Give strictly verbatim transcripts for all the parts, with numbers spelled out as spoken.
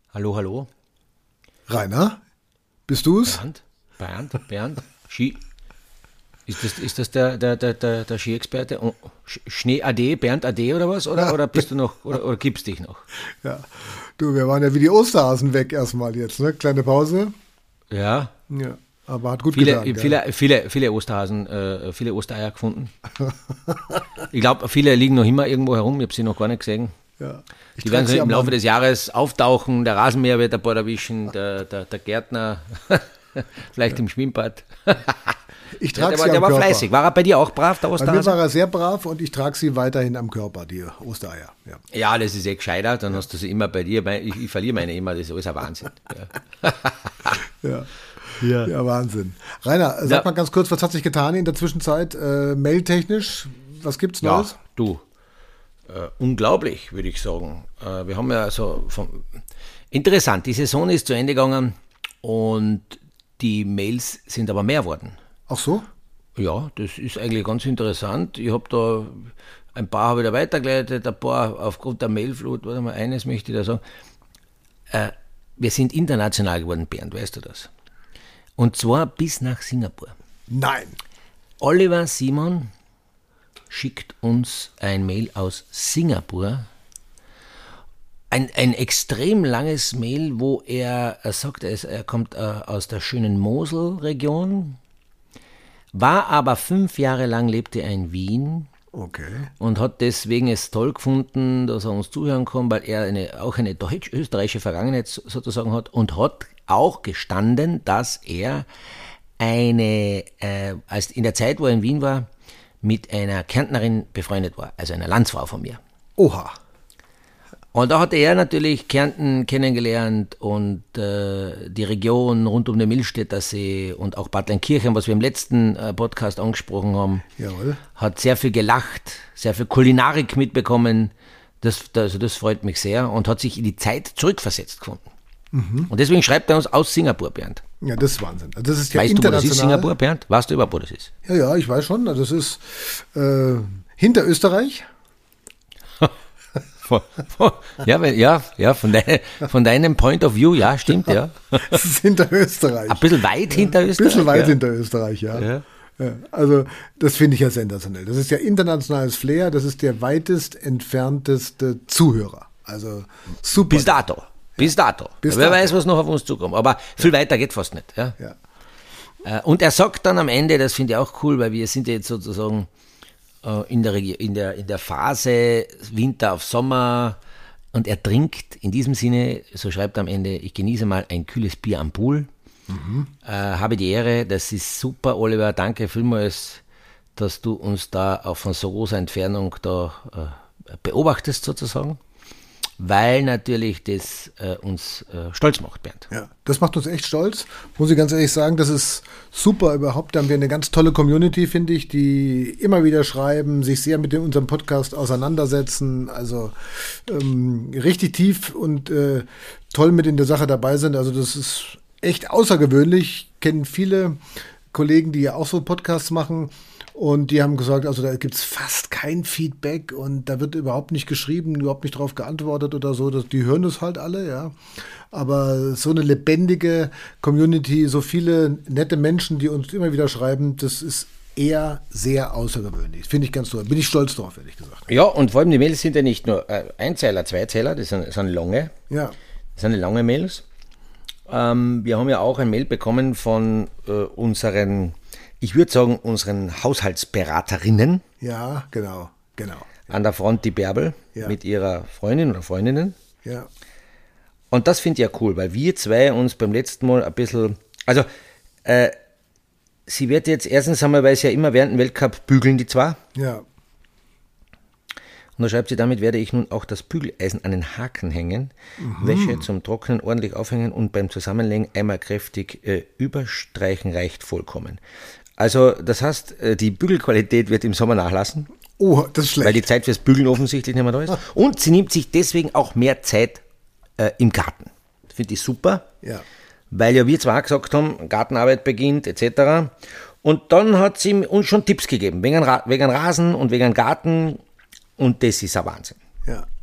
Hallo, hallo. Rainer, bist du's? Bernd, Bernd, Bernd, Ski. Ist das, ist das der, der, der, der, der Ski-Experte? Oh, Schnee A D, Bernd A D oder was? Oder, ja. oder bist du noch, oder, oder gibst dich noch? Ja, du, wir waren ja wie die Osterhasen weg erstmal jetzt, ne? Kleine Pause. Ja. Ja, aber hat gut viele, getan. Viele, ja. viele, viele Osterhasen, äh, viele Ostereier gefunden. Ich glaube, viele liegen noch immer irgendwo herum, ich habe sie noch gar nicht gesehen. Ja. Die werden im Laufe des Jahres auftauchen, der Rasenmäher wird ein paar erwischen, der, der, der Gärtner, vielleicht ja. im Schwimmbad. Ich trage ja, der sie war, der am war Körper. fleißig. War er bei dir auch brav, der Osterhase? Bei mir war er sehr brav und ich trage sie weiterhin am Körper, die Ostereier. Ja, ja das ist eh gescheiter, dann ja. hast du sie immer bei dir. Ich, ich verliere meine immer, das ist alles ein Wahnsinn. Ja. ja. Ja. ja, Wahnsinn. Rainer, sag ja. mal ganz kurz, was hat sich getan in der Zwischenzeit? Äh, mailtechnisch, was gibt's Neues? Ja, du, äh, unglaublich, würde ich sagen. Äh, wir haben ja so, vom, interessant, die Saison ist zu Ende gegangen und die Mails sind aber mehr geworden. Ach so? Ja, das ist eigentlich ganz interessant. Ich habe da ein paar habe ich da weitergeleitet, ein paar aufgrund der Mailflut. Warte mal, eines möchte ich da sagen. Äh, wir sind international geworden, Bernd, weißt du das? Und zwar bis nach Singapur. Nein. Oliver Simon schickt uns ein Mail aus Singapur. Ein, ein extrem langes Mail, wo er, er sagt, er, ist, er kommt äh, aus der schönen Mosel-Region, war aber fünf Jahre lang, lebte er in Wien. Okay. Und hat deswegen es toll gefunden, dass er uns zuhören kann, weil er eine, auch eine deutsch-österreichische Vergangenheit sozusagen hat und hat auch gestanden, dass er eine, äh, als in der Zeit, wo er in Wien war, mit einer Kärntnerin befreundet war, also einer Landsfrau von mir. Oha. Und da hat er natürlich Kärnten kennengelernt und äh, die Region rund um den Millstätter See und auch Bad Leinkirchen, was wir im letzten äh, Podcast angesprochen haben. Jawohl. Hat sehr viel gelacht, sehr viel Kulinarik mitbekommen. Das, also das freut mich sehr und hat sich in die Zeit zurückversetzt gefunden. Mhm. Und deswegen schreibt er uns aus Singapur, Bernd. Ja, das ist Wahnsinn. Also das ist ja weißt international. du, wo das ist, Singapur, Bernd? Weißt du überhaupt, wo das ist? Ja, ja, ich weiß schon. Das ist äh, hinter Österreich. Ja, ja, ja von, dein, von deinem Point of View, ja, stimmt, ja. Das ist hinter Österreich. Ein bisschen weit ja, hinter Österreich. Ein bisschen weit ja. hinter Österreich, ja. ja. ja. Also, das finde ich ja sensationell. Das ist ja internationales Flair, das ist der weitest entfernteste Zuhörer. Also, super. Bis dato. Bis dato. Bis Wer dato. weiß, was noch auf uns zukommt. Aber viel weiter geht fast nicht. Ja. Ja. Und er sagt dann am Ende, das finde ich auch cool, weil wir sind ja jetzt sozusagen in der, in der, in der Phase Winter auf Sommer und er trinkt in diesem Sinne, so schreibt er am Ende, ich genieße mal ein kühles Bier am Pool, mhm. äh, habe die Ehre, das ist super, Oliver, danke vielmals, dass du uns da auch von so großer Entfernung da äh, beobachtest sozusagen, weil natürlich das äh, uns äh, stolz macht, Bernd. Ja, das macht uns echt stolz, muss ich ganz ehrlich sagen, das ist super überhaupt, da haben wir eine ganz tolle Community, finde ich, die immer wieder schreiben, sich sehr mit unserem Podcast auseinandersetzen, also ähm, richtig tief und äh, toll mit in der Sache dabei sind, also das ist echt außergewöhnlich, ich kenne viele Kollegen, die ja auch so Podcasts machen. Und die haben gesagt, also da gibt es fast kein Feedback und da wird überhaupt nicht geschrieben, überhaupt nicht drauf geantwortet oder so. Das, die hören das halt alle, ja. Aber so eine lebendige Community, so viele nette Menschen, die uns immer wieder schreiben, das ist eher sehr außergewöhnlich. Finde ich ganz toll. Bin ich stolz drauf, ehrlich gesagt. Ja, und vor allem die Mails sind ja nicht nur äh, Einzeiler, Zweizeiler, das sind, das sind lange. Ja. Das sind lange Mails. Ähm, wir haben ja auch ein Mail bekommen von äh, unseren Ich würde sagen, unseren Haushaltsberaterinnen. Ja, genau, genau. Ja. An der Front die Bärbel ja. mit ihrer Freundin oder Freundinnen. Ja. Und das finde ich ja cool, weil wir zwei uns beim letzten Mal ein bisschen, also äh, sie wird jetzt erstens einmal, weil sie ja immer während dem Weltcup bügeln, die zwei. Ja. Und da schreibt sie, damit werde ich nun auch das Bügeleisen an den Haken hängen, mhm. Wäsche zum Trocknen ordentlich aufhängen und beim Zusammenlegen einmal kräftig äh, überstreichen, reicht vollkommen. Also das heißt, die Bügelqualität wird im Sommer nachlassen. Oh, das ist schlecht. Weil die Zeit fürs Bügeln offensichtlich nicht mehr da ist. Und sie nimmt sich deswegen auch mehr Zeit äh, im Garten. Das finde ich super. Ja. Weil ja wir zwar gesagt haben, Gartenarbeit beginnt et cetera. Und dann hat sie uns schon Tipps gegeben, wegen, wegen Rasen und wegen Garten. Und das ist ein Wahnsinn. Ja.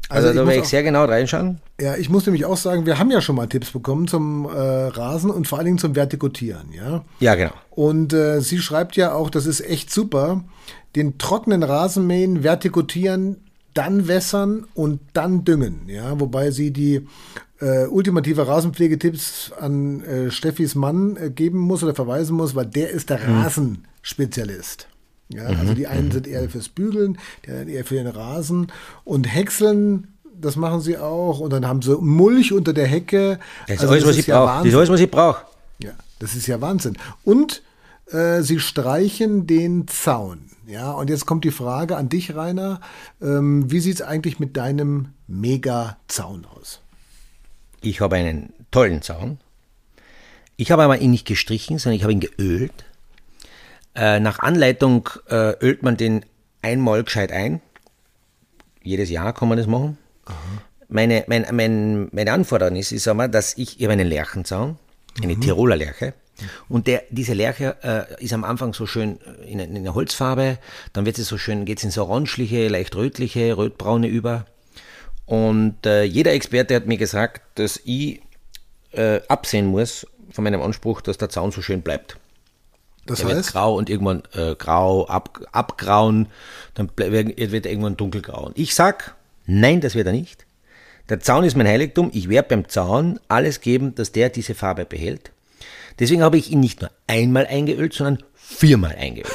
Also, Also da ich werde muss ich sehr genau reinschauen. Ja, ich muss nämlich auch sagen, wir haben ja schon mal Tipps bekommen zum äh, Rasen und vor allen Dingen zum Vertikutieren, ja. Ja, genau. Und äh, sie schreibt ja auch, das ist echt super, den trockenen Rasen mähen, vertikutieren, dann wässern und dann düngen, ja. Wobei sie die äh, ultimative Rasenpflegetipps an äh, Steffis Mann äh, geben muss oder verweisen muss, weil der ist der Mhm. Rasenspezialist. Ja, also die einen sind eher fürs Bügeln, die anderen eher für den Rasen und Häckseln. Das machen sie auch. Und dann haben sie Mulch unter der Hecke. Das ist Also alles, das was ich ja brauche. Das Wahnsinn. ist alles, was ich brauche. Ja, das ist ja Wahnsinn. Und äh, sie streichen den Zaun. Ja, und jetzt kommt die Frage an dich, Rainer. Ähm, wie sieht es eigentlich mit deinem Mega-Zaun aus? Ich habe einen tollen Zaun. Ich habe aber ihn nicht gestrichen, sondern ich habe ihn geölt. Äh, nach Anleitung äh, ölt man den einmal gescheit ein. Jedes Jahr kann man das machen. Meine, mein, mein, meine Anforderung ist, ist einmal, dass ich, ich habe einen Lerchenzaun, eine mhm. Tiroler Lerche. Und der, diese Lerche äh, ist am Anfang so schön in, in einer Holzfarbe, dann wird es so schön, geht es ins orangeliche, leicht rötliche, rötbraune über. Und äh, jeder Experte hat mir gesagt, dass ich äh, absehen muss von meinem Anspruch, dass der Zaun so schön bleibt. Das der heißt? wird grau und irgendwann äh, grau, ab, abgrauen, dann ble- wird er irgendwann dunkelgrau. Und ich sag, nein, das wird er nicht. Der Zaun ist mein Heiligtum. Ich werde beim Zaun alles geben, dass der diese Farbe behält. Deswegen habe ich ihn nicht nur einmal eingeölt, sondern viermal eingeölt.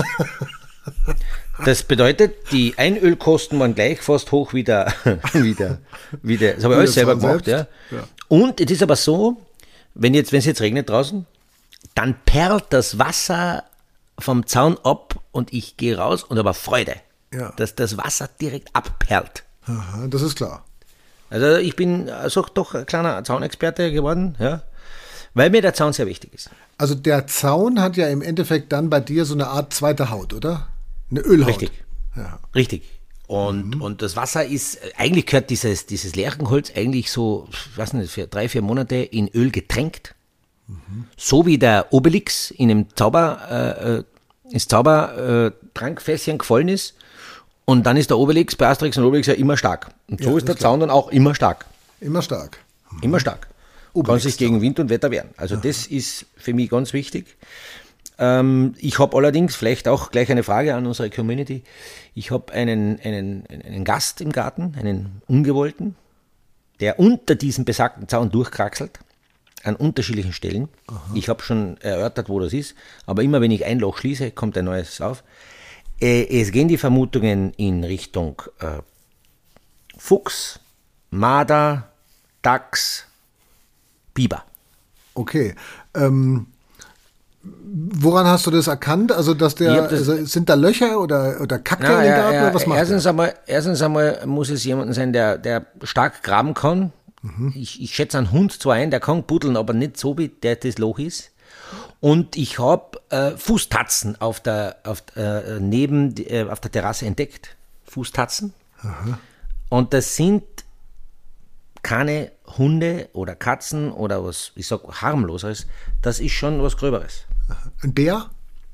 Das bedeutet, die Einölkosten waren gleich fast hoch wie der, wie der, wie der das habe ich alles selber gemacht. Ja. Ja. Und es ist aber so, wenn jetzt, wenn es jetzt regnet draußen, dann perlt das Wasser vom Zaun ab und ich gehe raus und habe Freude, Ja. dass das Wasser direkt abperlt. Aha, das ist klar. Also ich bin also doch ein kleiner Zaunexperte geworden, ja, weil mir der Zaun sehr wichtig ist. Also der Zaun hat ja im Endeffekt dann bei dir so eine Art zweite Haut, oder? Eine Ölhaut. Richtig, Ja. richtig. Und, Mhm. und das Wasser ist, eigentlich gehört dieses, dieses Lärchenholz eigentlich so, ich weiß nicht, für drei, vier Monate in Öl getränkt. Mhm. So wie der Obelix in einem Zauber, äh, ins Zaubertrankfässchen gefallen ist. Und dann ist der Obelix, bei Asterix und Obelix ja immer stark. Und so Ja, ist der ist klar. Zaun dann auch immer stark. Immer stark. Immer stark. Kann Obelix sich gegen Wind und Wetter wehren. Also das ist für mich ganz wichtig. Ähm, ich habe allerdings, vielleicht auch gleich eine Frage an unsere Community, ich habe einen, einen, einen Gast im Garten, einen Ungewollten, der unter diesem besagten Zaun durchkraxelt, an unterschiedlichen Stellen. Aha. Ich habe schon erörtert, wo das ist, aber immer wenn ich ein Loch schließe, kommt ein neues auf. Äh, es gehen die Vermutungen in Richtung äh, Fuchs, Marder, Dachs, Biber. Okay. Ähm, woran hast du das erkannt? Also, dass Ich hab der, das- also sind da Löcher oder, oder Kacke Na, in den ja, Garten ja, oder was macht erstens, er? einmal, erstens einmal muss es jemand sein, der, der stark graben kann. Mhm. Ich, ich schätze einen Hund zwar ein, der kann buddeln, aber nicht so, wie der das Loch ist. Und ich habe äh, Fußtatzen auf der, auf, äh, neben, die- äh, auf der Terrasse entdeckt. Fußtatzen. Und das sind keine Hunde oder Katzen oder was, ich sag, harmloseres. Das ist schon was Gröberes. Ein Bär?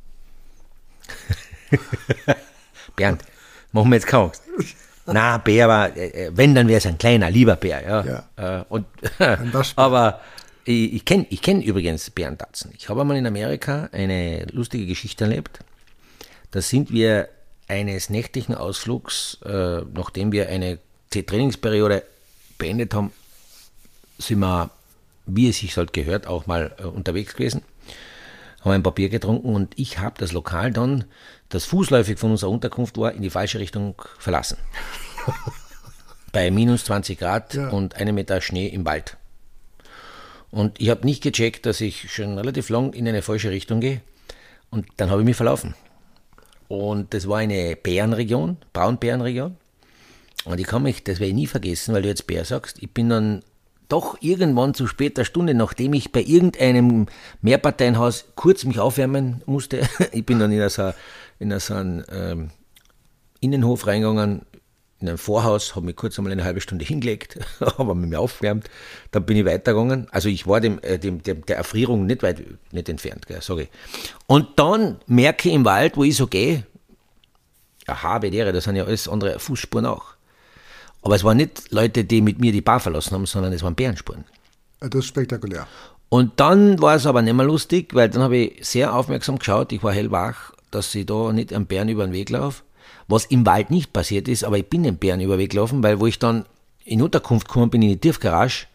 Bernd, machen wir jetzt keine Angst. Na, Bär war, äh, wenn, dann wäre es ein kleiner, lieber Bär. Ja. Ja. Äh, und, Waschbär. aber ich, ich kenne ich kenn übrigens Bärentatzen. Ich habe einmal in Amerika eine lustige Geschichte erlebt. Da sind wir eines nächtlichen Ausflugs, äh, nachdem wir eine Trainingsperiode beendet haben, sind wir, wie es sich halt gehört, auch mal äh, unterwegs gewesen, haben ein paar Bier getrunken und ich habe das Lokal dann, das fußläufig von unserer Unterkunft war, in die falsche Richtung verlassen. Bei minus zwanzig Grad Ja. und einem Meter Schnee im Wald. Und ich habe nicht gecheckt, dass ich schon relativ lang in eine falsche Richtung gehe. Und dann habe ich mich verlaufen. Und das war eine Bärenregion, Braunbärenregion. Und ich kann mich, das werde ich nie vergessen, weil du jetzt Bär sagst, ich bin dann doch irgendwann zu später Stunde, nachdem ich bei irgendeinem Mehrparteienhaus kurz mich aufwärmen musste, ich bin dann in so, in so einen ähm, Innenhof reingegangen, in ein Vorhaus, habe mich kurz einmal eine halbe Stunde hingelegt, habe mich aufgewärmt, dann bin ich weitergegangen. Also ich war dem, äh, dem, dem, der Erfrierung nicht weit nicht entfernt, gell, sag ich. Und dann merke ich im Wald, wo ich so gehe, aha, Bedere, das sind ja alles andere Fußspuren auch. Aber es waren nicht Leute, die mit mir die Bar verlassen haben, sondern es waren Bärenspuren. Das ist spektakulär. Und dann war es aber nicht mehr lustig, weil dann habe ich sehr aufmerksam geschaut, ich war hellwach, dass ich da nicht einem Bären über den Weg laufe. Was im Wald nicht passiert ist, aber ich bin dem Bären über den Weg gelaufen, weil wo ich dann in Unterkunft gekommen bin, in die Tiefgarage,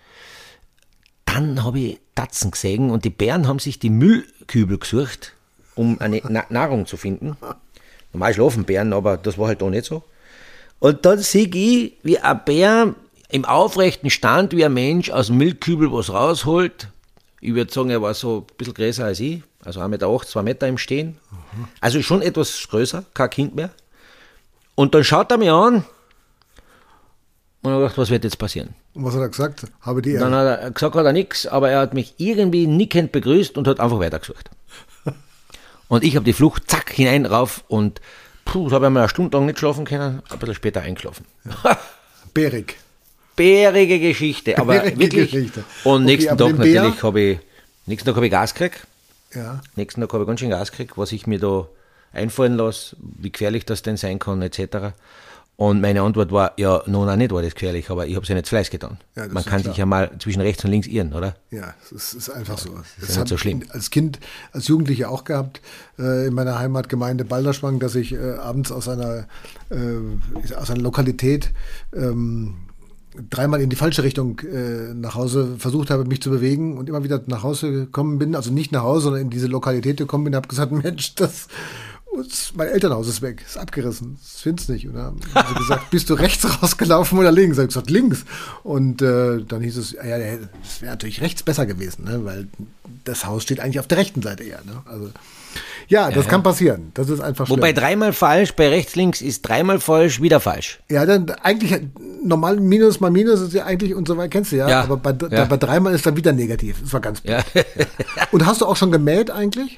dann habe ich Tatzen gesehen und die Bären haben sich die Müllkübel gesucht, um eine Na- Nahrung zu finden. Normal schlafen Bären, aber das war halt auch nicht so. Und dann sehe ich, wie ein Bär im aufrechten Stand, wie ein Mensch aus dem Müllkübel was rausholt. Ich würde sagen, er war so ein bisschen größer als ich, also ein Meter acht, zwei Meter im Stehen. Mhm. Also schon etwas größer, kein Kind mehr. Und dann schaut er mich an und ich gedacht, was wird jetzt passieren? Und was hat er gesagt? Habe die Dann hat er gesagt, hat er nichts, aber er hat mich irgendwie nickend begrüßt und hat einfach weitergesucht. Und ich habe die Flucht, zack, hinein, rauf und puh, das habe ich mal eine Stunde lang nicht schlafen können, ein bisschen später eingeschlafen. Ja. Bärig. Bärige Geschichte, aber Bärige wirklich. Geschichte. Und okay, nächsten Tag Bär, natürlich habe ich, nächsten Tag habe ich Gas gekriegt. Ja. Nächsten Tag habe ich ganz schön Gas gekriegt, was ich mir da einfallen lasse, wie gefährlich das denn sein kann, et cetera. Und meine Antwort war, ja, nun auch nicht war das gefährlich, aber ich habe es ja nicht zu Fleiß getan. Ja, man kann klar. sich ja mal zwischen rechts und links irren, oder? Ja, es ist einfach so. Das ist das ja nicht so schlimm. Als Kind, als Jugendlicher auch gehabt, äh, in meiner Heimatgemeinde Balderschwang, dass ich äh, abends aus einer, äh, aus einer Lokalität ähm, dreimal in die falsche Richtung äh, nach Hause versucht habe, mich zu bewegen und immer wieder nach Hause gekommen bin, also nicht nach Hause, sondern in diese Lokalität gekommen bin und habe gesagt, Mensch, das mein Elternhaus ist weg, ist abgerissen, das findest du nicht. Und dann haben sie gesagt, bist du rechts rausgelaufen oder links? Ich habe gesagt, links. Und äh, dann hieß es, ja, ja das wäre natürlich rechts besser gewesen, ne? Weil das Haus steht eigentlich auf der rechten Seite eher. Ne? Also, ja, das ja, kann passieren. Das ist einfach schlimm. Wobei dreimal falsch bei rechts, links ist dreimal falsch, wieder falsch. Ja, dann eigentlich normal Minus mal Minus ist ja eigentlich und so weiter, kennst du ja. ja aber bei, ja. bei dreimal ist dann wieder negativ. Das war ganz blöd. Ja. Ja. Und hast du auch schon gemäht eigentlich?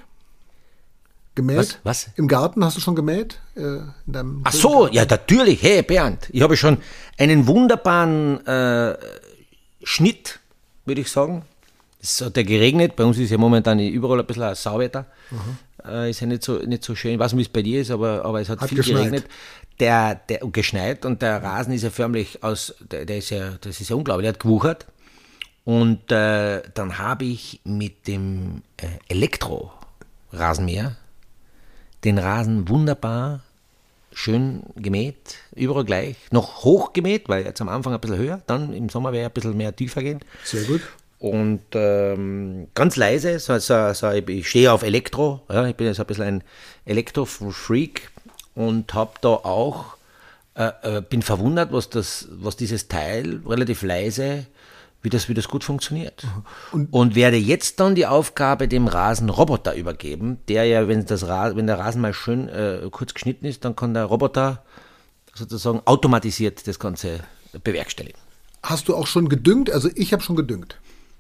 Gemäht? Was? Was? Im Garten hast du schon gemäht? Äh, in deinem Ach so, Garten? Ja, natürlich. Hey, Bernd, ich habe schon einen wunderbaren äh, Schnitt, würde ich sagen. Es hat ja geregnet. Bei uns ist ja momentan überall ein bisschen ein Sauwetter. Mhm. Äh, ist ja nicht so, nicht so schön. Ich weiß nicht, wie es bei dir ist, aber, aber es hat, hat viel geschneit. geregnet. Der, der, geschneit und der Rasen ist ja förmlich aus, der, der ist ja, das ist ja unglaublich, der hat gewuchert. Und äh, dann habe ich mit dem äh, Elektro-Rasenmäher den Rasen wunderbar schön gemäht, überall gleich, noch hoch gemäht, weil jetzt am Anfang ein bisschen höher, dann im Sommer wäre er ein bisschen mehr tiefer gehen. Sehr gut. Und ähm, ganz leise, so, so, so, ich stehe auf Elektro, ja, ich bin jetzt ein bisschen ein Elektro-Freak und habe da auch, äh, äh, bin verwundert, was, das, was dieses Teil relativ leise, wie das, wie das gut funktioniert. Und, und werde jetzt dann die Aufgabe dem Rasenroboter übergeben, der ja, wenn, das Ra- wenn der Rasen mal schön äh, kurz geschnitten ist, dann kann der Roboter sozusagen automatisiert das Ganze bewerkstelligen. Hast du auch schon gedüngt? Also ich habe schon gedüngt.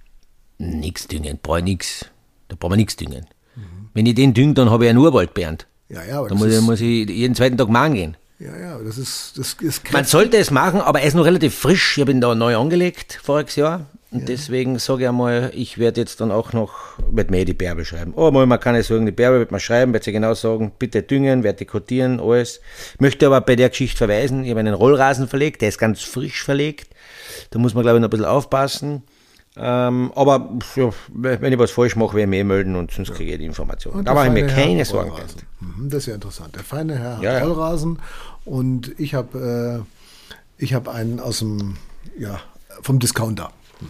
Nix düngen, brauche ich nix. Da brauchen wir nichts düngen. Mhm. Wenn ich den dünge, dann habe ich einen Urwald, Bernd. Ja, ja, aber da muss, ich, muss ich jeden zweiten Tag machen gehen. Ja, ja, das ist, das ist Man sollte es machen, aber er ist noch relativ frisch. Ich habe ihn da neu angelegt, voriges Jahr. Und ja. deswegen sage ich einmal, ich werde jetzt dann auch noch, wird mir die Bärbel schreiben. Oh, man kann es sagen, die Bärbel wird man schreiben, wird sie genau sagen, bitte düngen, vertikutieren, alles. Möchte aber bei der Geschichte verweisen, ich habe einen Rollrasen verlegt, der ist ganz frisch verlegt. Da muss man, glaube ich, noch ein bisschen aufpassen. Ähm, aber ja, wenn ich was falsch mache, werde ich mich melden und sonst kriege ich die Informationen. Da mache ich mir keine Herr Sorgen. Mhm, das ist ja interessant. Der feine Herr ja, hat Rollrasen und ich habe äh, ich habe einen aus dem, ja, vom Discounter.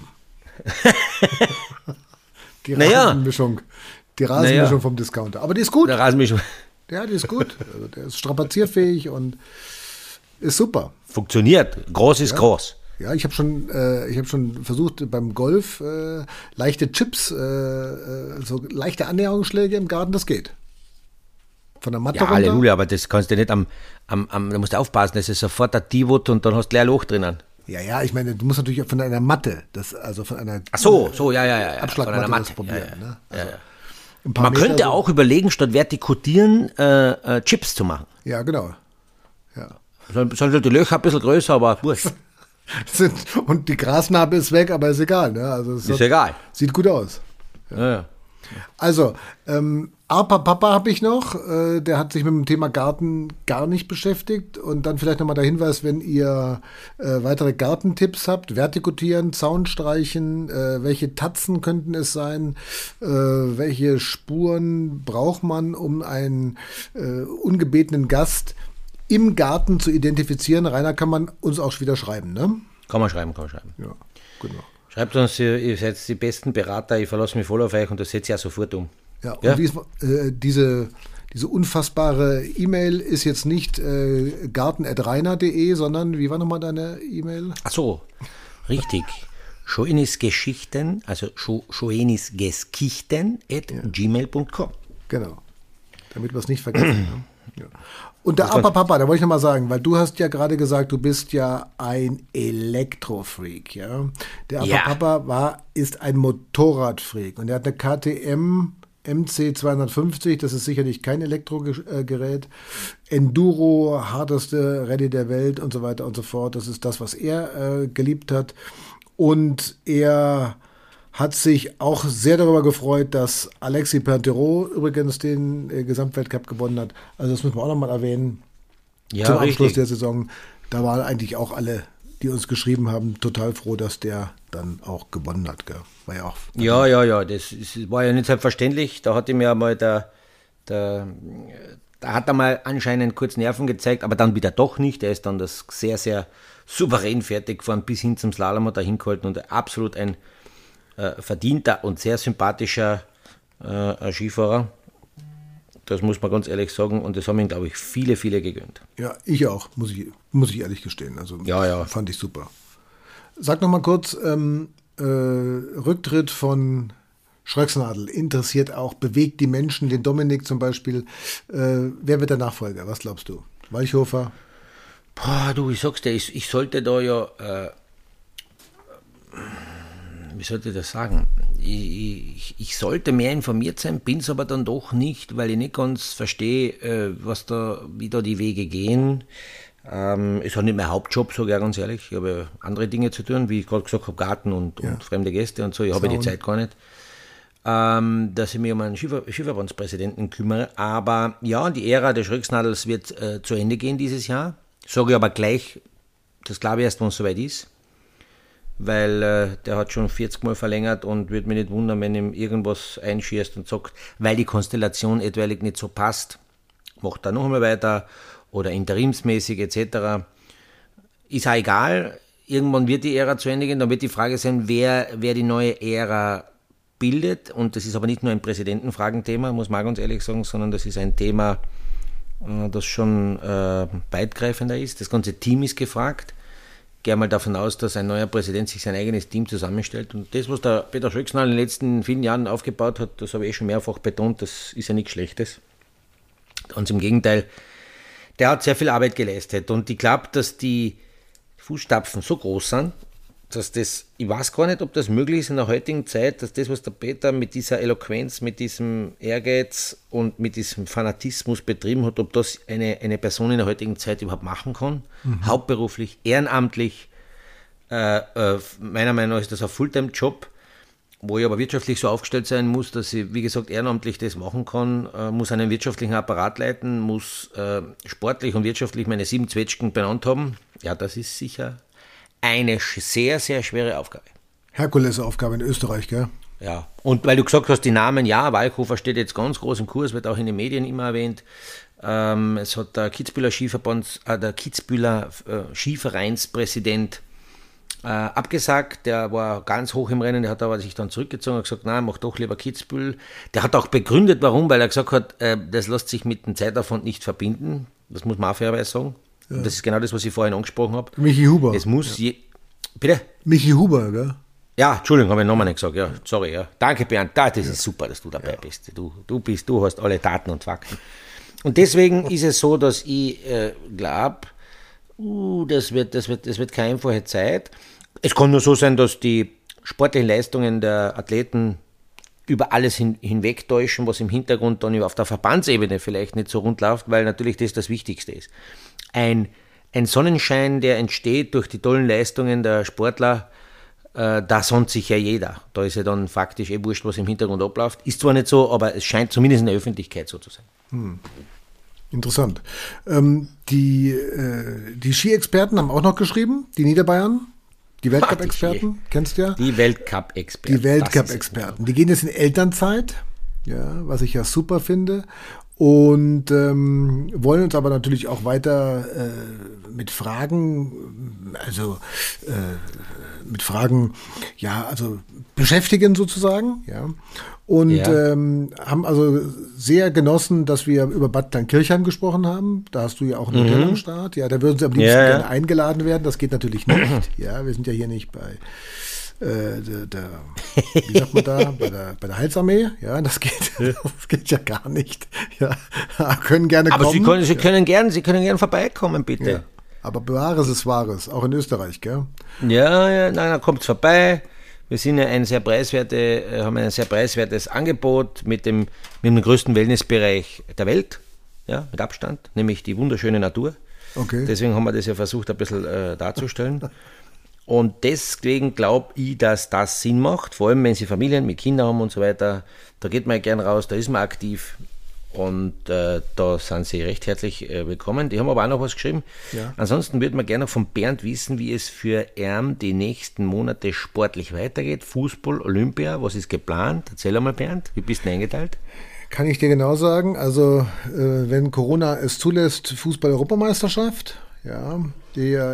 die Rasenmischung. Die Rasenmischung naja. vom Discounter. Aber die ist gut. Der Rasenmischung. Ja, die ist gut. Also der ist strapazierfähig und ist super. Funktioniert. Groß ist ja. groß. Ja, ich habe schon, äh, ich habe schon versucht beim Golf äh, leichte Chips, äh, so leichte Annäherungsschläge im Garten, das geht. Von der Matte ja, runter. Halleluja, aber das kannst du nicht am, am, am da musst du aufpassen, das ist sofort ein Divot und dann hast du leer Loch drinnen. Ja, ja, ich meine, du musst natürlich von einer Matte, das, also von einer Ach so, so, ja, ja, ja, Abschlagmatte von einer Matte das probieren. Ja, ja. Ne? Also ja, ja. Man Meter könnte so auch überlegen, statt vertikutieren, äh, äh, Chips zu machen. Ja, genau. Ja. Sind halt die Löcher ein bisschen größer, aber wurscht. Sind, und die Grasnarbe ist weg, aber ist egal. Ne? Also es ist hat, egal. Sieht gut aus. Ja. Ja, ja. Also, ähm, Arpa Papa habe ich noch, äh, der hat sich mit dem Thema Garten gar nicht beschäftigt. Und dann vielleicht nochmal der Hinweis, wenn ihr äh, weitere Gartentipps habt, Vertikutieren, Zaun streichen, äh, welche Tatzen könnten es sein, äh, welche Spuren braucht man, um einen äh, ungebetenen Gast im Garten zu identifizieren. Rainer, kann man uns auch wieder schreiben, ne? Kann man schreiben, kann man schreiben. Ja, genau. Schreibt uns, ihr, ihr seid die besten Berater, ich verlasse mich voll auf euch und das setzt ihr ja sofort um. Ja, und Ja? Wie ist, äh, diese, diese unfassbare E-Mail ist jetzt nicht äh, garten at rainer punkt de, sondern wie war nochmal deine E-Mail? Ach so, richtig. Schoenisgeschichten, also Scho- schoenisgeschichten at gmail punkt com. Genau, damit wir es nicht vergessen. Ne? Ja. Und der Arpa Papa, da wollte ich nochmal sagen, weil du hast ja gerade gesagt, du bist ja ein Elektrofreak, ja. Der Arpa Ja. Papa war, ist ein Motorradfreak und er hat eine K T M M C zweihundertfünfzig, das ist sicherlich kein Elektrogerät, Enduro, harteste Rallye der Welt und so weiter und so fort. Das ist das, was er äh, geliebt hat. Und er hat sich auch sehr darüber gefreut, dass Alexis Pinturault übrigens den äh, Gesamtweltcup gewonnen hat. Also das müssen wir auch nochmal erwähnen. Ja, Zum Abschluss richtig. der Saison. Da waren eigentlich auch alle, die uns geschrieben haben, total froh, dass der dann auch gewonnen hat. Gell? War ja auch. Ja, ja, ja, das ist, war ja nicht selbstverständlich. Da hatte mir einmal der, der, da hat er mal anscheinend kurz Nerven gezeigt, aber dann wieder doch nicht. Er ist dann das sehr, sehr souverän fertig gefahren, bis hin zum Slalom hat er hingehalten und absolut ein äh, verdienter und sehr sympathischer äh, Skifahrer. Das muss man ganz ehrlich sagen und das haben ihm, glaube ich, viele, viele gegönnt. Ja, ich auch, muss ich, muss ich ehrlich gestehen. Also Ja, ja. fand ich super. Sag noch mal kurz, ähm, äh, Rücktritt von Schröcksnadel interessiert auch, bewegt die Menschen, den Dominik zum Beispiel. Äh, wer wird der Nachfolger? Was glaubst du? Walchhofer? Boah, du, ich sag's dir, ich, ich sollte da ja, äh, wie sollte ich das sagen? Ich, ich, ich sollte mehr informiert sein, bin es aber dann doch nicht, weil ich nicht ganz verstehe, äh, was da, wie da die Wege gehen. Ähm, ist halt nicht mein Hauptjob, sage ich ja ganz ehrlich. Ich habe ja andere Dinge zu tun, wie ich gerade gesagt habe, Garten und, Ja. und fremde Gäste und so. Ich habe ja die Sound. Zeit gar nicht. Ähm, dass ich mich um einen Skiver- Skiverbandspräsidenten kümmere. Aber ja, die Ära des Schröcksnadels wird äh, zu Ende gehen dieses Jahr. Sage ich aber gleich, das glaube ich erst, wenn es soweit ist. Weil äh, der hat schon vierzig Mal verlängert und würde mich nicht wundern, wenn ihm irgendwas einschießt und sagt, weil die Konstellation etwaig nicht so passt, macht er noch einmal weiter oder interimsmäßig et cetera. Ist auch egal, irgendwann wird die Ära zu Ende gehen, dann wird die Frage sein, wer, wer die neue Ära bildet. Und das ist aber nicht nur ein Präsidentenfragenthema, muss man ganz ehrlich sagen, sondern das ist ein Thema, äh, das schon äh, weitgreifender ist. Das ganze Team ist gefragt. Ich gehe mal davon aus, dass ein neuer Präsident sich sein eigenes Team zusammenstellt. Und das, was der Peter Schröcksnadel in den letzten vielen Jahren aufgebaut hat, das habe ich eh schon mehrfach betont, das ist ja nichts Schlechtes. Ganz im Gegenteil, der hat sehr viel Arbeit geleistet. Und ich glaube, dass die Fußstapfen so groß sind, dass das, ich weiß gar nicht, ob das möglich ist in der heutigen Zeit, dass das, was der Peter mit dieser Eloquenz, mit diesem Ehrgeiz und mit diesem Fanatismus betrieben hat, ob das eine, eine Person in der heutigen Zeit überhaupt machen kann. Mhm. Hauptberuflich, ehrenamtlich. Äh, äh, meiner Meinung nach ist das ein Fulltime-Job, wo ich aber wirtschaftlich so aufgestellt sein muss, dass ich, wie gesagt, ehrenamtlich das machen kann, äh, muss einen wirtschaftlichen Apparat leiten, muss äh, sportlich und wirtschaftlich meine sieben Zwetschgen benannt haben. Ja, das ist sicher eine sehr, sehr schwere Aufgabe. Herkulesaufgabe in Österreich, gell? Ja, und weil du gesagt hast, die Namen, ja, Walchhofer steht jetzt ganz groß im Kurs, wird auch in den Medien immer erwähnt. Ähm, es hat der Kitzbüheler Skiverband, äh, der Kitzbüheler äh, Skivereinspräsident äh, abgesagt, der war ganz hoch im Rennen, der hat aber sich dann zurückgezogen und gesagt, nein, mach doch lieber Kitzbühel. Der hat auch begründet, warum, weil er gesagt hat, äh, das lässt sich mit dem Zeitaufwand nicht verbinden. Das muss man auch fairerweise sagen. Ja. Und das ist genau das, was ich vorhin angesprochen habe. Michi Huber. Es muss ja. je... Bitte? Michi Huber, gell? Ja, Entschuldigung, habe ich nochmal nicht gesagt. Ja, sorry. Ja. Danke, Bernd. Das ist ja. super, dass du dabei ja. bist. Du, du bist. Du hast alle Daten und Fakten. Und deswegen ist es so, dass ich äh, glaube, uh, das, wird, das, wird, das wird keine einfache Zeit. Es kann nur so sein, dass die sportlichen Leistungen der Athleten über alles hin, hinwegtäuschen, was im Hintergrund dann auf der Verbandsebene vielleicht nicht so rund läuft, weil natürlich das das Wichtigste ist. Ein, ein Sonnenschein, der entsteht durch die tollen Leistungen der Sportler, äh, da sonnt sich ja jeder. Da ist ja dann faktisch eh wurscht, was im Hintergrund abläuft. Ist zwar nicht so, aber es scheint zumindest in der Öffentlichkeit so zu sein. Hm. Interessant. Ähm, die, äh, die Ski-Experten haben auch noch geschrieben, die Niederbayern, die Weltcup-Experten, kennst du ja? Die Weltcup-Experten. Die Weltcup-Experten. Die gehen jetzt in Elternzeit, ja, was ich ja super finde. Und ähm, wollen uns aber natürlich auch weiter äh, mit Fragen, also äh, mit Fragen, ja, also beschäftigen sozusagen, ja. Und ja. Ähm, haben also sehr genossen, dass wir über Bad Kleinkirchheim gesprochen haben. Da hast du ja auch einen Hotel am Start. Ja, da würden sie am liebsten ja, gerne ja. eingeladen werden. Das geht natürlich nicht. Ja, wir sind ja hier nicht bei äh, der, der, wie sagt man da, bei der, bei der Heilsarmee. Ja, das geht, das geht ja gar nicht. Ja, können gerne Aber kommen. Sie können, Sie ja. können gern, Sie können gern vorbeikommen, bitte. Ja. Aber Wahres ist Wahres, auch in Österreich, gell? Ja, ja, nein, dann kommt vorbei. Wir sind ja ein sehr preiswerte, haben ein sehr preiswertes Angebot mit dem, mit dem größten Wellnessbereich der Welt, ja, mit Abstand, nämlich die wunderschöne Natur. Okay. Deswegen haben wir das ja versucht, ein bisschen äh, darzustellen. Und deswegen glaube ich, dass das Sinn macht, vor allem wenn Sie Familien mit Kindern haben und so weiter. Da geht man ja gern raus, da ist man aktiv. Und äh, da sind Sie recht herzlich äh, willkommen. Die haben aber auch noch was geschrieben. Ja. Ansonsten würde man gerne noch von Bernd wissen, wie es für ihn die nächsten Monate sportlich weitergeht. Fußball, Olympia, was ist geplant? Erzähl einmal, Bernd, wie bist du eingeteilt? Kann ich dir genau sagen. Also äh, wenn Corona es zulässt, Fußball-Europameisterschaft, ja, die ja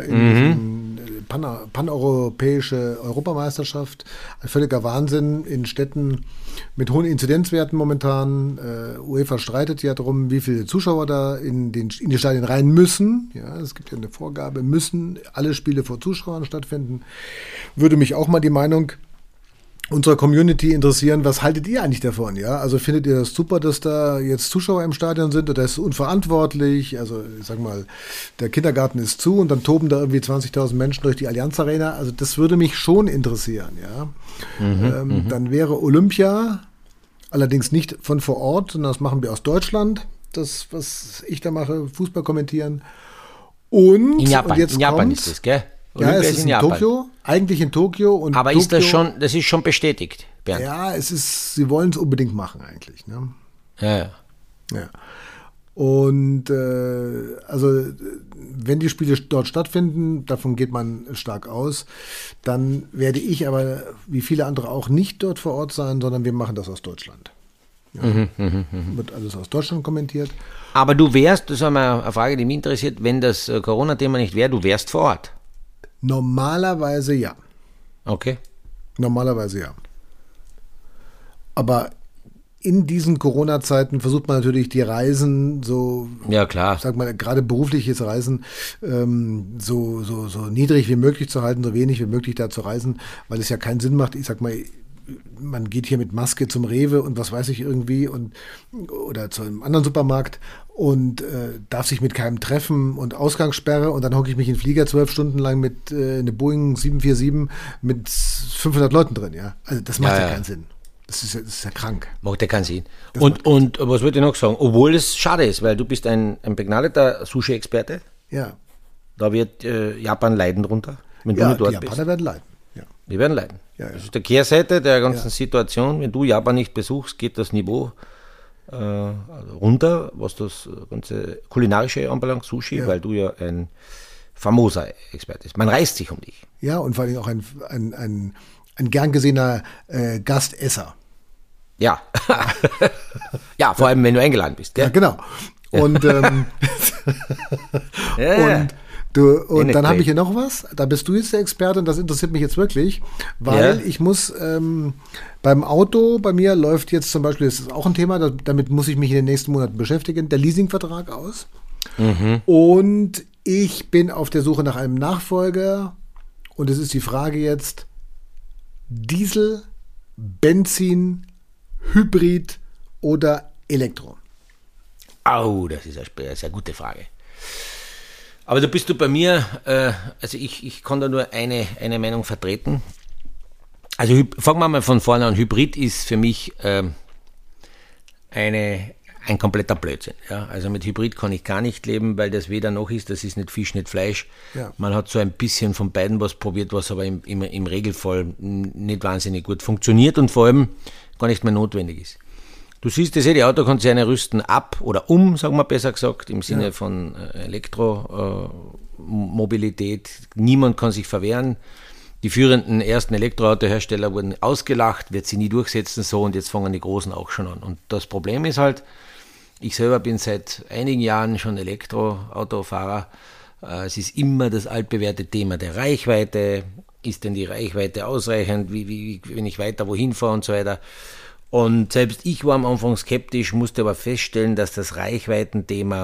in mhm. pan- paneuropäische Europameisterschaft, ein völliger Wahnsinn in Städten mit hohen Inzidenzwerten momentan. Äh, UEFA streitet ja darum, wie viele Zuschauer da in, den, in die Stadien rein müssen. Ja, es gibt ja eine Vorgabe, müssen alle Spiele vor Zuschauern stattfinden. Würde mich auch mal die Meinung unserer Community interessieren, was haltet ihr eigentlich davon? Ja, also findet ihr das super, dass da jetzt Zuschauer im Stadion sind oder ist es unverantwortlich? Also ich sag mal, der Kindergarten ist zu und dann toben da irgendwie zwanzigtausend Menschen durch die Allianz Arena. Also das würde mich schon interessieren, ja. Mhm, ähm, m- dann wäre Olympia allerdings nicht von vor Ort, sondern das machen wir aus Deutschland. Das, was ich da mache, Fußball kommentieren. Und, in Japan, und jetzt in Japan ist das, gell? Olympia ja, es ist in, in Tokio, eigentlich in Tokio. Und Aber Tokio, ist das schon, das ist schon bestätigt, Bernd? Ja, es ist, sie wollen es unbedingt machen eigentlich. Ne? Ja, ja. ja. Und äh, also wenn die Spiele dort stattfinden, davon geht man stark aus, dann werde ich aber, wie viele andere auch, nicht dort vor Ort sein, sondern wir machen das aus Deutschland. Ja. Mhm, mh, mh. Wird alles aus Deutschland kommentiert. Aber du wärst, das ist eine Frage, die mich interessiert, wenn das Corona-Thema nicht wäre, du wärst vor Ort? Normalerweise ja. Okay. Normalerweise ja. Aber in diesen Corona-Zeiten versucht man natürlich die Reisen so, ja klar, sag mal, gerade berufliches Reisen ähm, so, so, so niedrig wie möglich zu halten, so wenig wie möglich da zu reisen, weil es ja keinen Sinn macht. Ich sag mal, man geht hier mit Maske zum Rewe und was weiß ich irgendwie und oder zu einem anderen Supermarkt und äh, darf sich mit keinem treffen und Ausgangssperre und dann hocke ich mich in den Flieger zwölf Stunden lang mit äh, eine Boeing sieben vier sieben mit fünfhundert Leuten drin, ja. Also das macht ja, ja keinen Sinn. Das ist ja, das ist ja krank. Macht ja keinen Sinn. Das und, und was würde ich noch sagen? Obwohl es schade ist, weil du bist ein, ein begnadeter Sushi-Experte. Ja. Da wird äh, Japan leiden drunter, wenn ja, du nicht dort die Japaner bist. werden leiden. Ja. Die werden leiden. Ja, ja. Das ist die Kehrseite der ganzen ja. Situation. Wenn du Japan nicht besuchst, geht das Niveau äh, runter, was das ganze kulinarische anbelangt, Sushi, ja. weil du ja ein famoser Experte bist. Man reißt sich um dich. Ja, und vor allem auch ein, ein, ein, ein gern gesehener äh, Gastesser. Ja. ja, vor allem, wenn du eingeladen bist. Gell? Ja, genau. Und, ähm, ja. und Du, und dann habe ich hier noch was, da bist du jetzt der Experte und das interessiert mich jetzt wirklich, weil ja. ich muss ähm, beim Auto, bei mir läuft jetzt zum Beispiel, das ist auch ein Thema, das, damit muss ich mich in den nächsten Monaten beschäftigen, der Leasingvertrag aus. Mhm. Und ich bin auf der Suche nach einem Nachfolger und es ist die Frage jetzt, Diesel, Benzin, Hybrid oder Elektro? Oh, das ist eine sehr gute Frage. Aber da bist du bei mir, äh, also ich, ich kann da nur eine, eine Meinung vertreten. Also fangen wir mal von vorne an. Hybrid ist für mich äh, eine, ein kompletter Blödsinn. Ja? Also mit Hybrid kann ich gar nicht leben, weil das weder noch ist, das ist nicht Fisch, nicht Fleisch. Ja. Man hat so ein bisschen von beiden was probiert, was aber im, im, im Regelfall nicht wahnsinnig gut funktioniert und vor allem gar nicht mehr notwendig ist. Du siehst das ja, die Autokonzerne rüsten ab oder um, sagen wir besser gesagt, im Sinne ja. von Elektromobilität. Äh, Niemand kann sich verwehren. Die führenden ersten Elektroautohersteller wurden ausgelacht, wird sie nie durchsetzen, so, und jetzt fangen die Großen auch schon an. Und das Problem ist halt, ich selber bin seit einigen Jahren schon Elektroautofahrer. Es ist immer das altbewährte Thema der Reichweite. Ist denn die Reichweite ausreichend? Wie, wie, wenn ich weiter wohin fahre und so weiter? Und selbst ich war am Anfang skeptisch, musste aber feststellen, dass das Reichweitenthema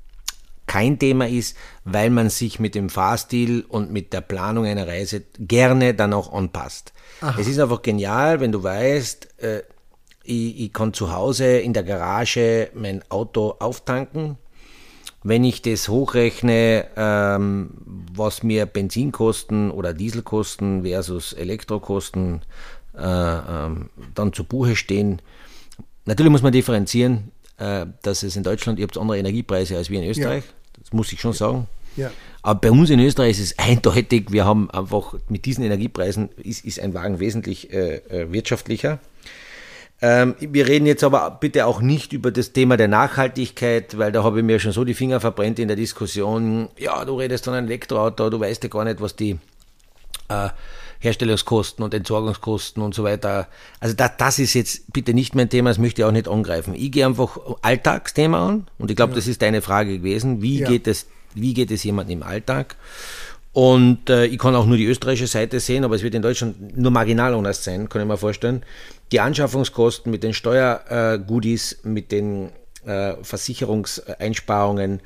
kein Thema ist, weil man sich mit dem Fahrstil und mit der Planung einer Reise gerne dann auch anpasst. Aha. Es ist einfach genial, wenn du weißt, äh, ich, ich kann zu Hause in der Garage mein Auto auftanken. Wenn ich das hochrechne, ähm, was mir Benzinkosten oder Dieselkosten versus Elektrokosten äh, ähm, dann zu Buche stehen. Natürlich muss man differenzieren, äh, dass es in Deutschland, ihr habt andere Energiepreise als wir in Österreich, ja. Das muss ich schon sagen. Ja. Aber bei uns in Österreich ist es eindeutig, wir haben einfach mit diesen Energiepreisen, ist, ist ein Wagen wesentlich äh, wirtschaftlicher. Ähm, wir reden jetzt aber bitte auch nicht über das Thema der Nachhaltigkeit, weil da habe ich mir schon so die Finger verbrennt in der Diskussion. Ja, du redest von einem Elektroauto, du weißt ja gar nicht, was die äh, Herstellungskosten und Entsorgungskosten und so weiter. Also da, das ist jetzt bitte nicht mein Thema, das möchte ich auch nicht angreifen. Ich gehe einfach Alltagsthema an und ich glaube, ja. das ist deine Frage gewesen. Wie, ja. geht es, wie geht es jemandem im Alltag? Und äh, ich kann auch nur die österreichische Seite sehen, aber es wird in Deutschland nur marginal anders sein, kann ich mir vorstellen. Die Anschaffungskosten mit den Steuergoodies, äh, mit den äh, Versicherungseinsparungen,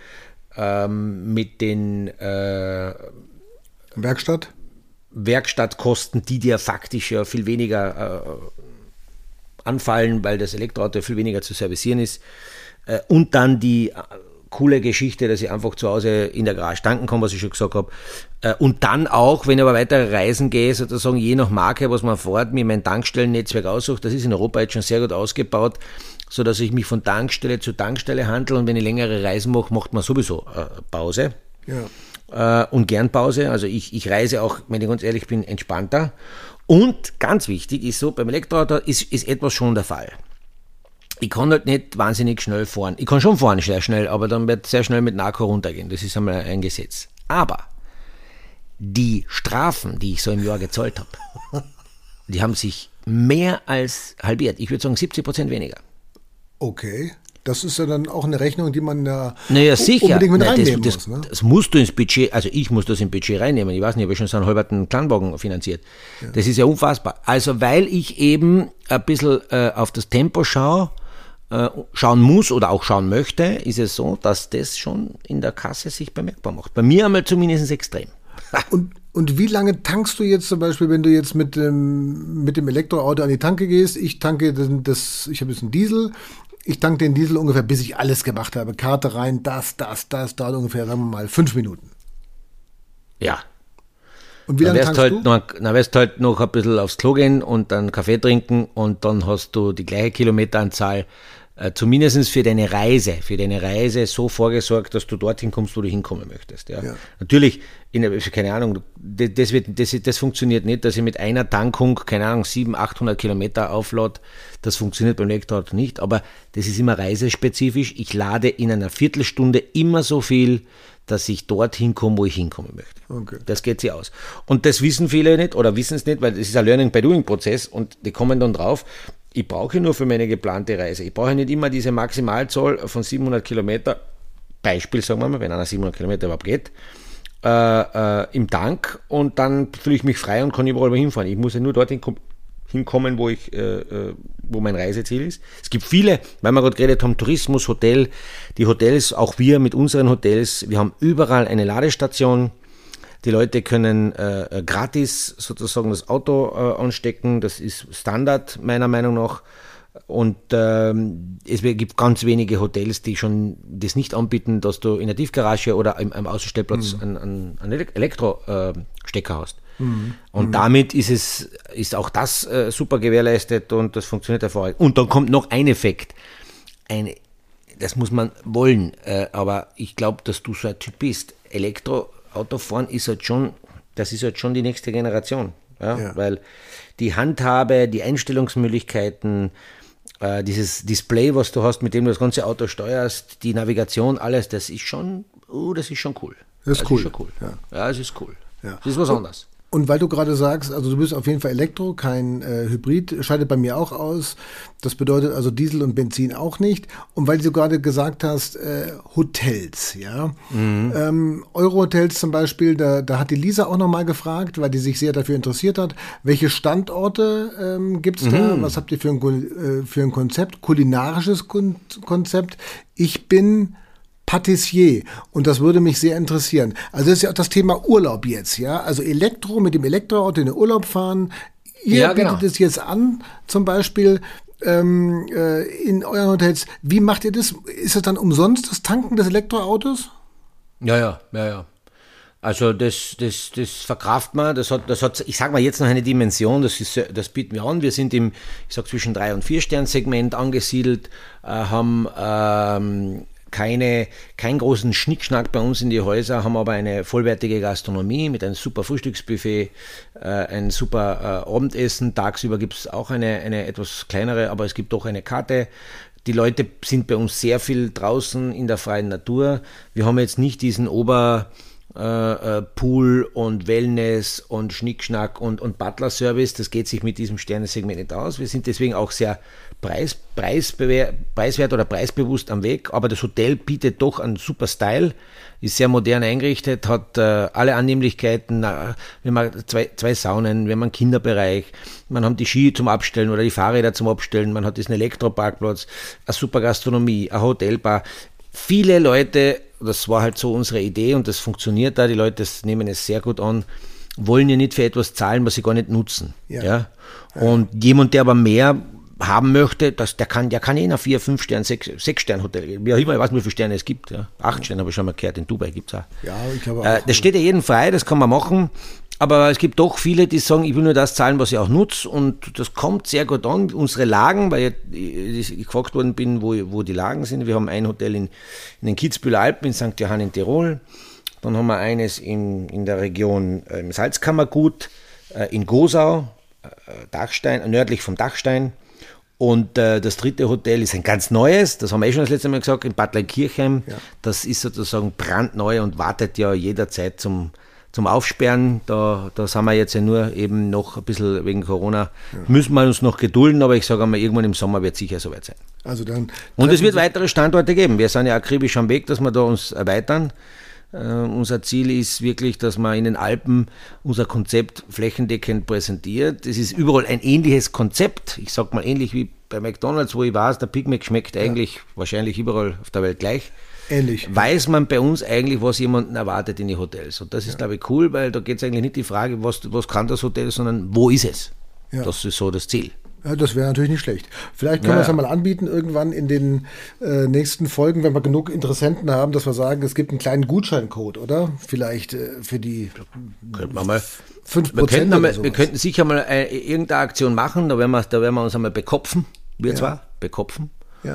ähm, mit den äh, Werkstatt? Werkstattkosten, die dir faktisch ja viel weniger äh, anfallen, weil das Elektroauto viel weniger zu servicieren ist. Äh, und dann die äh, coole Geschichte, dass ich einfach zu Hause in der Garage tanken kann, was ich schon gesagt habe. Äh, und dann auch, wenn ich aber weitere Reisen gehe, sozusagen je nach Marke, was man fährt, mir mein Tankstellennetzwerk aussucht. Das ist in Europa jetzt schon sehr gut ausgebaut, sodass ich mich von Tankstelle zu Tankstelle handle, und wenn ich längere Reisen mache, macht man sowieso äh, Pause. Ja. Und gern Pause, also ich, ich reise auch, wenn ich ganz ehrlich bin, entspannter. Und ganz wichtig ist so, beim Elektroauto ist, ist etwas schon der Fall. Ich kann halt nicht wahnsinnig schnell fahren. Ich kann schon fahren sehr schnell, aber dann wird sehr schnell mit Narko runtergehen. Das ist einmal ein Gesetz. Aber die Strafen, die ich so im Jahr gezahlt habe, die haben sich mehr als halbiert. Ich würde sagen siebzig Prozent weniger. Okay. Das ist ja dann auch eine Rechnung, die man ja naja, sicher. unbedingt mit Nein, reinnehmen das, muss. Das, ne? das musst du ins Budget, also ich muss das im Budget reinnehmen. Ich weiß nicht, ob ich schon so einen halberten Kleinwagen finanziert. Ja. Das ist ja unfassbar. Also weil ich eben ein bisschen äh, auf das Tempo schaue, äh, schauen muss oder auch schauen möchte, ist es so, dass das schon in der Kasse sich bemerkbar macht. Bei mir einmal zumindest extrem. Und Und wie lange tankst du jetzt zum Beispiel, wenn du jetzt mit dem, mit dem Elektroauto an die Tanke gehst? Ich tanke das, das ich habe jetzt einen Diesel. Ich tanke den Diesel ungefähr, bis ich alles gemacht habe. Karte rein, das, das, das, dauert ungefähr, sagen wir mal, fünf Minuten. Ja. Und wie lange tankst halt du? Noch, dann wirst du halt noch ein bisschen aufs Klo gehen und dann Kaffee trinken und dann hast du die gleiche Kilometeranzahl, äh, zumindest für deine Reise, für deine Reise so vorgesorgt, dass du dorthin kommst, wo du hinkommen möchtest. Ja. Ja. Natürlich, in, keine Ahnung, das, wird, das, das funktioniert nicht, dass ich mit einer Tankung, keine Ahnung, siebenhundert, achthundert Kilometer auflade. Das funktioniert beim Elektroauto nicht, aber das ist immer reisespezifisch. Ich lade in einer Viertelstunde immer so viel, dass ich dorthin komme, wo ich hinkommen möchte. Okay. Das geht sich aus. Und das wissen viele nicht oder wissen es nicht, weil das ist ein Learning-by-Doing-Prozess und die kommen dann drauf, ich brauche nur für meine geplante Reise, ich brauche nicht immer diese Maximalzahl von siebenhundert Kilometer, Beispiel sagen wir mal, wenn einer siebenhundert Kilometer überhaupt geht, äh, äh, im Tank, und dann fühle ich mich frei und kann überall hinfahren. Ich muss ja nur dorthin kommen, hinkommen, wo ich, äh, wo mein Reiseziel ist. Es gibt viele, weil wir gerade geredet haben, Tourismus, Hotel, die Hotels, auch wir mit unseren Hotels, wir haben überall eine Ladestation. Die Leute können äh, gratis sozusagen das Auto äh, anstecken, das ist Standard meiner Meinung nach. Und ähm, es gibt ganz wenige Hotels, die schon das nicht anbieten, dass du in der Tiefgarage oder im, am Außenstellplatz mhm. einen, einen Elektrostecker hast. Mhm. Und mhm. damit ist es ist auch das äh, super gewährleistet und das funktioniert hervorragend. Und dann kommt noch ein Effekt. Ein das muss man wollen, äh, aber ich glaube, dass du so ein Typ bist. Elektroautofahren ist halt schon, das ist halt schon die nächste Generation, ja? Ja. Weil die Handhabe, die Einstellungsmöglichkeiten, äh, dieses Display, was du hast, mit dem du das ganze Auto steuerst, die Navigation, alles, das ist schon, oh, das ist schon cool. Das ist das cool. Ist schon cool. Ja. ja, es ist cool. Ja. Das ist was anderes. Und weil du gerade sagst, also du bist auf jeden Fall Elektro, kein äh, Hybrid, scheidet bei mir auch aus. Das bedeutet also Diesel und Benzin auch nicht. Und weil du gerade gesagt hast, äh, Hotels, ja. Mhm. Ähm, Euro-Hotels zum Beispiel, da, da hat die Lisa auch nochmal gefragt, weil die sich sehr dafür interessiert hat. Welche Standorte ähm, gibt es mhm. da? Was habt ihr für ein, äh, für ein Konzept? Kulinarisches Kon- Konzept? Ich bin Patissier. Und das würde mich sehr interessieren. Also das ist ja auch das Thema Urlaub jetzt, ja. Also Elektro, mit dem Elektroauto in den Urlaub fahren. Ihr ja, genau. bietet es jetzt an, zum Beispiel ähm, äh, in euren Hotels. Wie macht ihr das? Ist das dann umsonst, das Tanken des Elektroautos? Ja, ja, ja, ja. Also das, das, das verkraft man, das hat, das hat, ich sage mal jetzt noch eine Dimension, das, ist, das bieten wir an. Wir sind im, ich sag zwischen drei und vier Stern-Segment angesiedelt, äh, haben ähm, Keine, keinen großen Schnickschnack bei uns in die Häuser, haben aber eine vollwertige Gastronomie mit einem super Frühstücksbuffet, äh, ein super äh, Abendessen. Tagsüber gibt es auch eine, eine etwas kleinere, aber es gibt doch eine Karte. Die Leute sind bei uns sehr viel draußen in der freien Natur. Wir haben jetzt nicht diesen Ober... Äh, Pool und Wellness und Schnickschnack und, und Butler-Service, das geht sich mit diesem Sternensegment nicht aus. Wir sind deswegen auch sehr preis, preisbewer- preiswert oder preisbewusst am Weg, aber das Hotel bietet doch einen super Style, ist sehr modern eingerichtet, hat äh, alle Annehmlichkeiten, äh, wir haben zwei, zwei Saunen, wir haben einen Kinderbereich, man hat die Ski zum Abstellen oder die Fahrräder zum Abstellen, man hat diesen Elektroparkplatz, eine super Gastronomie, eine Hotelbar. Viele Leute, das war halt so unsere Idee und das funktioniert da, die Leute nehmen es sehr gut an, wollen ja nicht für etwas zahlen, was sie gar nicht nutzen. Ja. Ja? Und ja. jemand, der aber mehr haben möchte, das, der kann der kann eh nach vier, fünf Stern, sechs, sechs Stern Hotel gehen. Wie auch immer, ich weiß nicht, wie viele Sterne es gibt. Ja. Acht Sterne habe ich schon mal gehört, in Dubai gibt es auch. Ja, ich glaube auch. Äh, das steht ja jedem frei, das kann man machen. Aber es gibt doch viele, die sagen, ich will nur das zahlen, was ich auch nutze, und das kommt sehr gut an. Unsere Lagen, weil ich, ich gefragt worden bin, wo, wo die Lagen sind. Wir haben ein Hotel in, in den Kitzbüheler Alpen, in Sankt Johann in Tirol. Dann haben wir eines in, in der Region äh, Salzkammergut, äh, in Gosau, äh, Dachstein, nördlich vom Dachstein. Und äh, das dritte Hotel ist ein ganz neues, das haben wir eh schon das letzte Mal gesagt, in Bad Leinkirchheim. Ja. Das ist sozusagen brandneu und wartet ja jederzeit zum Zum Aufsperren, da, da sind wir jetzt ja nur eben noch ein bisschen wegen Corona, ja. müssen wir uns noch gedulden, aber ich sage einmal, irgendwann im Sommer wird es sicher soweit sein. Also dann Und es wird weitere Standorte geben. Wir sind ja akribisch am Weg, dass wir da uns erweitern. Uh, unser Ziel ist wirklich, dass man in den Alpen unser Konzept flächendeckend präsentiert. Es ist überall ein ähnliches Konzept. Ich sage mal ähnlich wie bei McDonald's, wo ich weiß, der Big Mac schmeckt eigentlich ja. wahrscheinlich überall auf der Welt gleich. Ähnlich. Weiß man bei uns eigentlich, was jemanden erwartet in die Hotels. Und das ist, ja. glaube ich, cool, weil da geht es eigentlich nicht die Frage, was, was kann das Hotel, sondern wo ist es? Ja. Das ist so das Ziel. Ja, das wäre natürlich nicht schlecht. Vielleicht können ja, wir es ja mal anbieten, irgendwann in den äh, nächsten Folgen, wenn wir genug Interessenten haben, dass wir sagen, es gibt einen kleinen Gutscheincode, oder? Vielleicht äh, für die könnten wir mal fünf Prozent wir, oder wir könnten sicher mal eine, irgendeine Aktion machen, da werden wir, da werden wir uns einmal bekopfen, wir ja. zwar, bekopfen. Ja.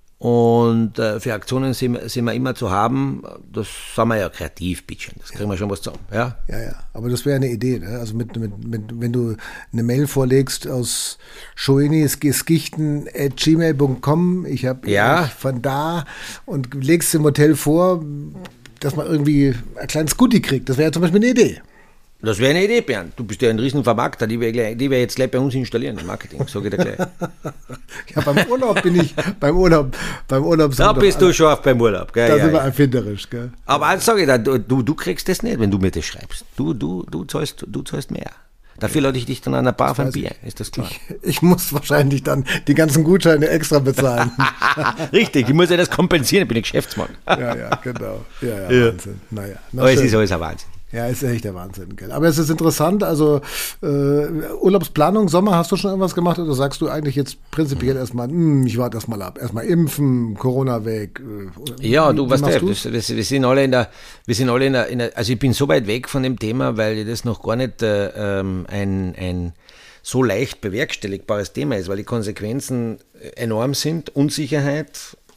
Und äh, für Aktionen sind, sind wir immer zu haben. Das sind wir ja kreativ, bitte. Das kriegen ja. wir schon was zusammen. Ja, ja, ja. Aber das wäre eine Idee. Ne? Also mit, mit, mit, wenn du eine Mail vorlegst aus schoenisgeschichten at gmail punkt com, ich habe ja. von da, und legst im Hotel vor, dass man irgendwie ein kleines Goodie kriegt. Das wäre ja zum Beispiel eine Idee. Das wäre eine Idee, Bernd. Du bist ja ein riesen Vermarkter, die wir wir jetzt gleich bei uns installieren im Marketing, sage ich dir gleich. Ja, beim Urlaub bin ich, beim Urlaub, beim Urlaub Da bist du scharf beim Urlaub, gell? Da ja, sind wir ja. erfinderisch, gell? Aber eins sage ich dir, du, du kriegst das nicht, wenn du mir das schreibst. Du, du, du, zahlst, du zahlst mehr. Dafür lade ich dich dann an einer Bar auf ein Bier, ist das klar? Ich, ich muss wahrscheinlich dann die ganzen Gutscheine extra bezahlen. Richtig, ich muss ja das kompensieren, ich bin ein Geschäftsmann. Ja, ja, genau. Ja, ja, ja. Wahnsinn. Naja, na Aber schön. Es ist alles ein Wahnsinn. Ja, ist echt der Wahnsinn, gell? Aber es ist interessant, also äh, Urlaubsplanung, Sommer, hast du schon irgendwas gemacht, oder sagst du eigentlich jetzt prinzipiell mhm. erstmal, ich warte erstmal ab, erstmal impfen, Corona weg? Äh, ja, du, weißt du, wir, wir sind alle in der, wir sind alle in der, in der, also ich bin so weit weg von dem Thema, weil das noch gar nicht äh, ein, ein so leicht bewerkstelligbares Thema ist, weil die Konsequenzen enorm sind, Unsicherheit,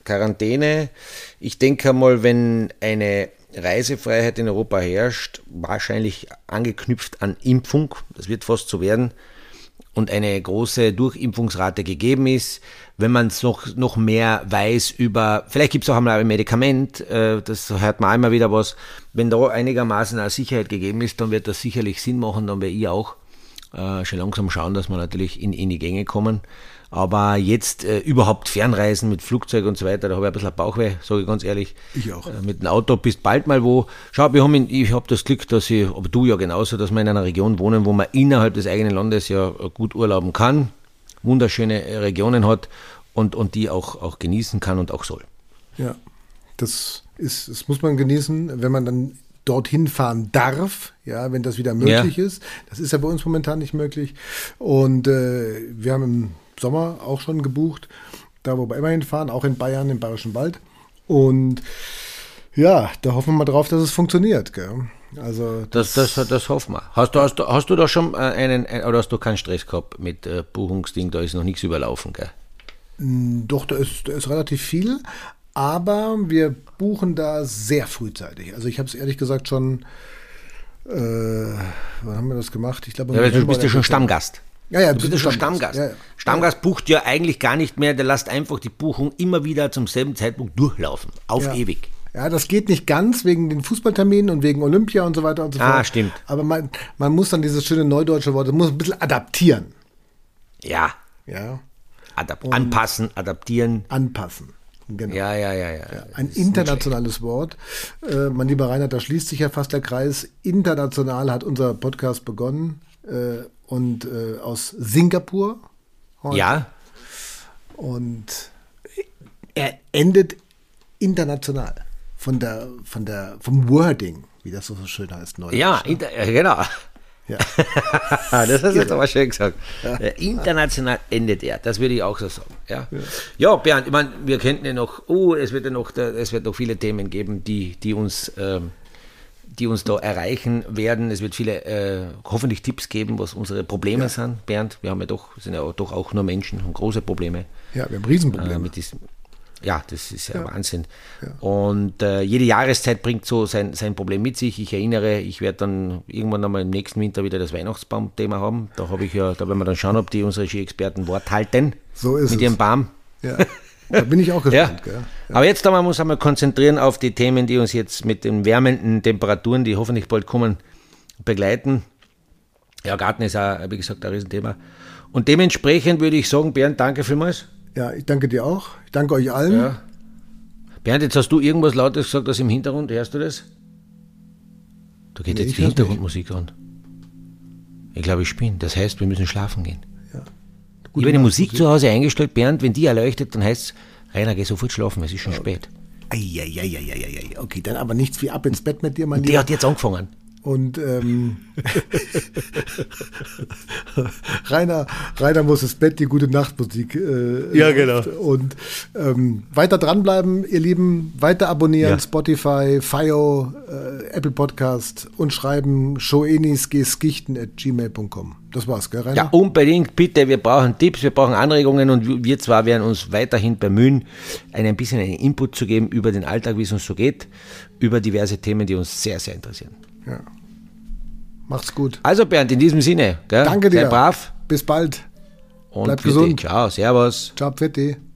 Quarantäne. Ich denke mal, wenn eine Reisefreiheit in Europa herrscht, wahrscheinlich angeknüpft an Impfung, das wird fast so werden, und eine große Durchimpfungsrate gegeben ist, wenn man es noch, noch mehr weiß über, vielleicht gibt es auch einmal ein Medikament, äh, das hört man immer wieder was, wenn da einigermaßen eine Sicherheit gegeben ist, dann wird das sicherlich Sinn machen, dann werde ich auch äh, schon langsam schauen, dass wir natürlich in, in die Gänge kommen. Aber jetzt äh, überhaupt Fernreisen mit Flugzeug und so weiter, da habe ich ein bisschen Bauchweh, sage ich ganz ehrlich. Ich auch. Äh, mit dem Auto bist bald mal wo. Schau, wir haben in, ich habe das Glück, dass ich, aber du ja genauso, dass wir in einer Region wohnen, wo man innerhalb des eigenen Landes ja gut urlauben kann, wunderschöne Regionen hat und, und die auch, auch genießen kann und auch soll. Ja, das ist, das muss man genießen, wenn man dann dorthin fahren darf, ja, wenn das wieder möglich ja. ist. Das ist ja bei uns momentan nicht möglich. Und äh, wir haben im Sommer auch schon gebucht, da wo wir immer hinfahren, auch in Bayern, im Bayerischen Wald. Und ja, da hoffen wir mal drauf, dass es funktioniert. Gell? Also das, das, das, das hoffen wir. Hast du, hast du, hast du da schon einen, oder hast du keinen Stress gehabt mit äh, Buchungsding, da ist noch nichts überlaufen, gell? Doch, da ist, da ist relativ viel, aber wir buchen da sehr frühzeitig. Also ich habe es ehrlich gesagt schon, äh, wann haben wir das gemacht? Ich glaube, ja, du bist ja schon Stammgast. Ja, ja, du bist ja schon Stammgast. Ja, ja. Stammgast bucht ja eigentlich gar nicht mehr, der lässt einfach die Buchung immer wieder zum selben Zeitpunkt durchlaufen. Auf ja. ewig. Ja, das geht nicht ganz wegen den Fußballterminen und wegen Olympia und so weiter und so fort. Ah, stimmt. Aber man, man muss dann dieses schöne neudeutsche Wort, man muss ein bisschen adaptieren. Ja. Ja. Adap- anpassen, adaptieren. Anpassen. Genau. Ja, ja, ja, ja. ja ein internationales Wort. Äh, mein lieber Reinhard, da schließt sich ja fast der Kreis. International hat unser Podcast begonnen. Äh, und äh, aus Singapur. Heute. Ja. Und er endet international. Von der, von der, vom Wording, wie das so schön heißt. Neudeutsch, ja, ne? inter- genau. Ja. Das hast du jetzt aber schön gesagt. Ja. International endet er, das würde ich auch so sagen. Ja, ja. ja Bernd, ich meine, wir könnten ja noch, oh, es wird ja noch, es wird noch viele Themen geben, die, die uns, ähm, die uns da erreichen werden. Es wird viele, äh, hoffentlich Tipps geben, was unsere Probleme ja. sind, Bernd. Wir haben ja doch, sind ja doch auch nur Menschen, haben große Probleme. Ja, wir haben Riesenprobleme. Äh, mit diesem, ja, das ist ja, ja. Wahnsinn. Ja. Und äh, jede Jahreszeit bringt so sein, sein Problem mit sich. Ich erinnere, ich werde dann irgendwann einmal im nächsten Winter wieder das Weihnachtsbaum-Thema haben. Da habe ich ja, da werden wir dann schauen, ob die unsere Ski-Experten Wort halten. So ist mit es. ihrem Baum. Ja. Da bin ich auch gespannt. ja. Ja. Aber jetzt haben wir uns einmal konzentrieren auf die Themen, die uns jetzt mit den wärmenden Temperaturen, die hoffentlich bald kommen, begleiten. Ja, Garten ist auch, wie gesagt, ein Riesenthema. Und dementsprechend würde ich sagen, Bernd, danke vielmals. Ja, ich danke dir auch. Ich danke euch allen. Ja. Bernd, jetzt hast du irgendwas Lautes gesagt, das im Hintergrund, hörst du das? Da geht nee, jetzt die Hintergrundmusik an. Ich glaube, ich spinne. Das heißt, wir müssen schlafen gehen. Ja. Ich habe die Musik, Musik zu Hause eingestellt, Bernd, wenn die erleuchtet, dann heißt es, Rainer, geh sofort schlafen, es ist schon ja. spät. Eieieiei. Okay, dann aber nichts wie ab ins Bett mit dir, mein Lieber. Der hat jetzt angefangen. Und ähm, Rainer, Rainer muss ins Bett, die gute Nachtmusik. Äh, ja, genau. Und ähm, weiter dranbleiben, ihr Lieben. Weiter abonnieren, ja. Spotify, Fio, äh, Apple Podcast und schreiben schoenisgeskichten at gmail punkt com. Das war's, gell, Rainer? Ja, unbedingt, bitte. Wir brauchen Tipps, wir brauchen Anregungen und wir zwar werden uns weiterhin bemühen, einen bisschen einen Input zu geben über den Alltag, wie es uns so geht, über diverse Themen, die uns sehr, sehr interessieren. Ja. Macht's gut. Also Bernd, in diesem Sinne. Gell? Danke dir. Sei brav. Bis bald. Und bleib gesund. Ciao, servus. Ciao, Pfitti.